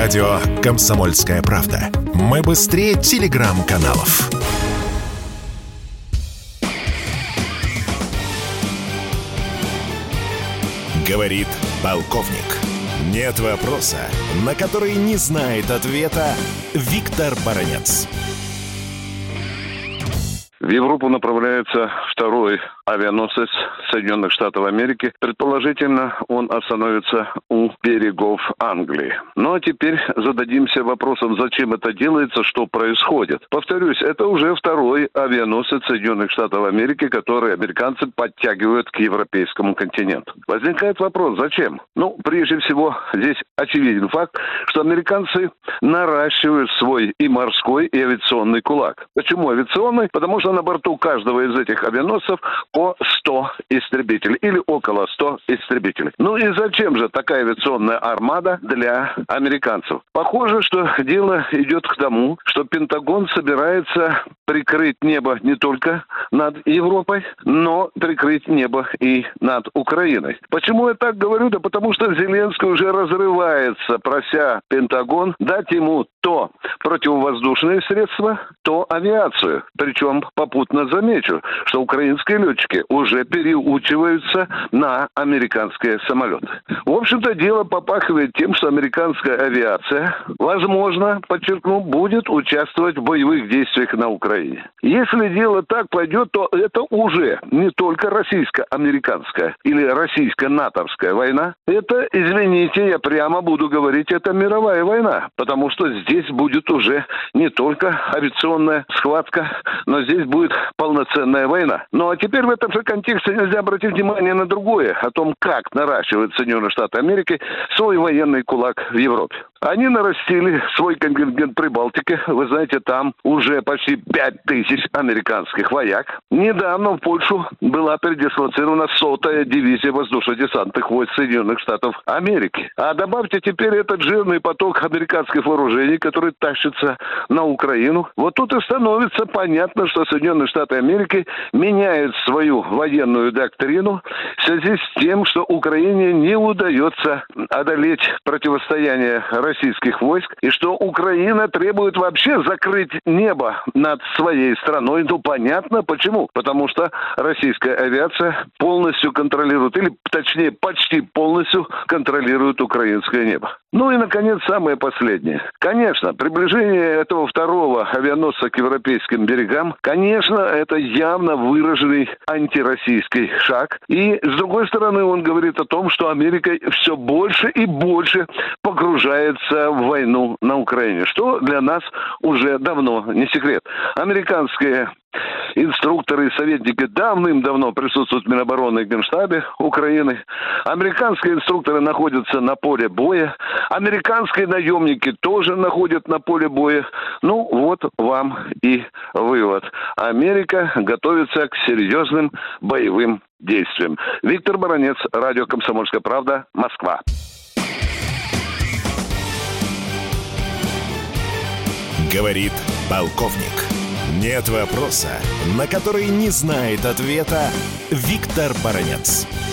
Радио «Комсомольская правда». Мы быстрее телеграм-каналов. Говорит полковник. Нет вопроса, на который не знает ответа Виктор Баранец. В Европу направляется второй авианосец Соединенных Штатов Америки. Предположительно, он остановится у берегов Англии. Ну а теперь зададимся вопросом, зачем это делается, что происходит. Повторюсь, это уже второй авианосец Соединенных Штатов Америки, который американцы подтягивают к европейскому континенту. Возникает вопрос, зачем? Ну, прежде всего, здесь очевиден факт, что американцы наращивают свой и морской, и авиационный кулак. Почему авиационный? Потому что на борту каждого из этих авианосцев по 100 истребителей или около 100 истребителей. Ну и зачем же такая авиационная армада для американцев? Похоже, что дело идет к тому, что Пентагон собирается прикрыть небо не только над Европой, но прикрыть небо и над Украиной. Почему я так говорю? Да потому что Зеленский уже разрывается, прося Пентагон дать ему то противовоздушные средства, то авиацию. Причем попутно замечу, что украинские летчики уже переучиваются на американские самолеты. В общем-то, дело попахивает тем, что американская авиация, возможно, подчеркну, будет участвовать в боевых действиях на Украине. Если дело так пойдет, то это уже не только российско-американская или российско-натовская война. Это, извините, я прямо буду говорить, это мировая война, потому что здесь будет уже не только авиационная схватка, но здесь будет полноценная война. Ну а теперь в этом же контексте нельзя обратить внимание на другое, о том, как наращивают Соединенные Штаты Америки свой военный кулак в Европе. Они нарастили свой контингент Прибалтики. Вы знаете, там уже почти 5000 американских вояк. Недавно в Польшу была передислоцирована 100-я дивизия воздушно-десантных войск Соединенных Штатов Америки. А добавьте теперь этот жирный поток американских вооружений, который тащится на Украину. Вот тут и становится понятно, что Соединенные Штаты Америки меняют свою военную доктрину в связи с тем, что Украине не удается одолеть противостояние российских войск, и что Украина требует вообще закрыть небо над своей страной. Ну, понятно почему. Потому что российская авиация полностью контролирует, или точнее почти полностью контролирует украинское небо. Ну и, наконец, самое последнее. Конечно, приближение этого второго авианосца к европейским берегам, конечно, это явно выраженный антироссийский шаг. И, с другой стороны, он говорит о том, что Америка все больше и больше погружается в войну на Украине, что для нас уже давно не секрет. Американские инструкторы и советники давным-давно присутствуют в Минобороны и Генштабе Украины. Американские инструкторы находятся на поле боя. Американские наемники тоже находят на поле боя. Ну, вот вам и вывод. Америка готовится к серьезным боевым действиям. Виктор Баранец, радио «Комсомольская правда», Москва. Говорит полковник. Нет вопроса, на который не знает ответа Виктор Баранец.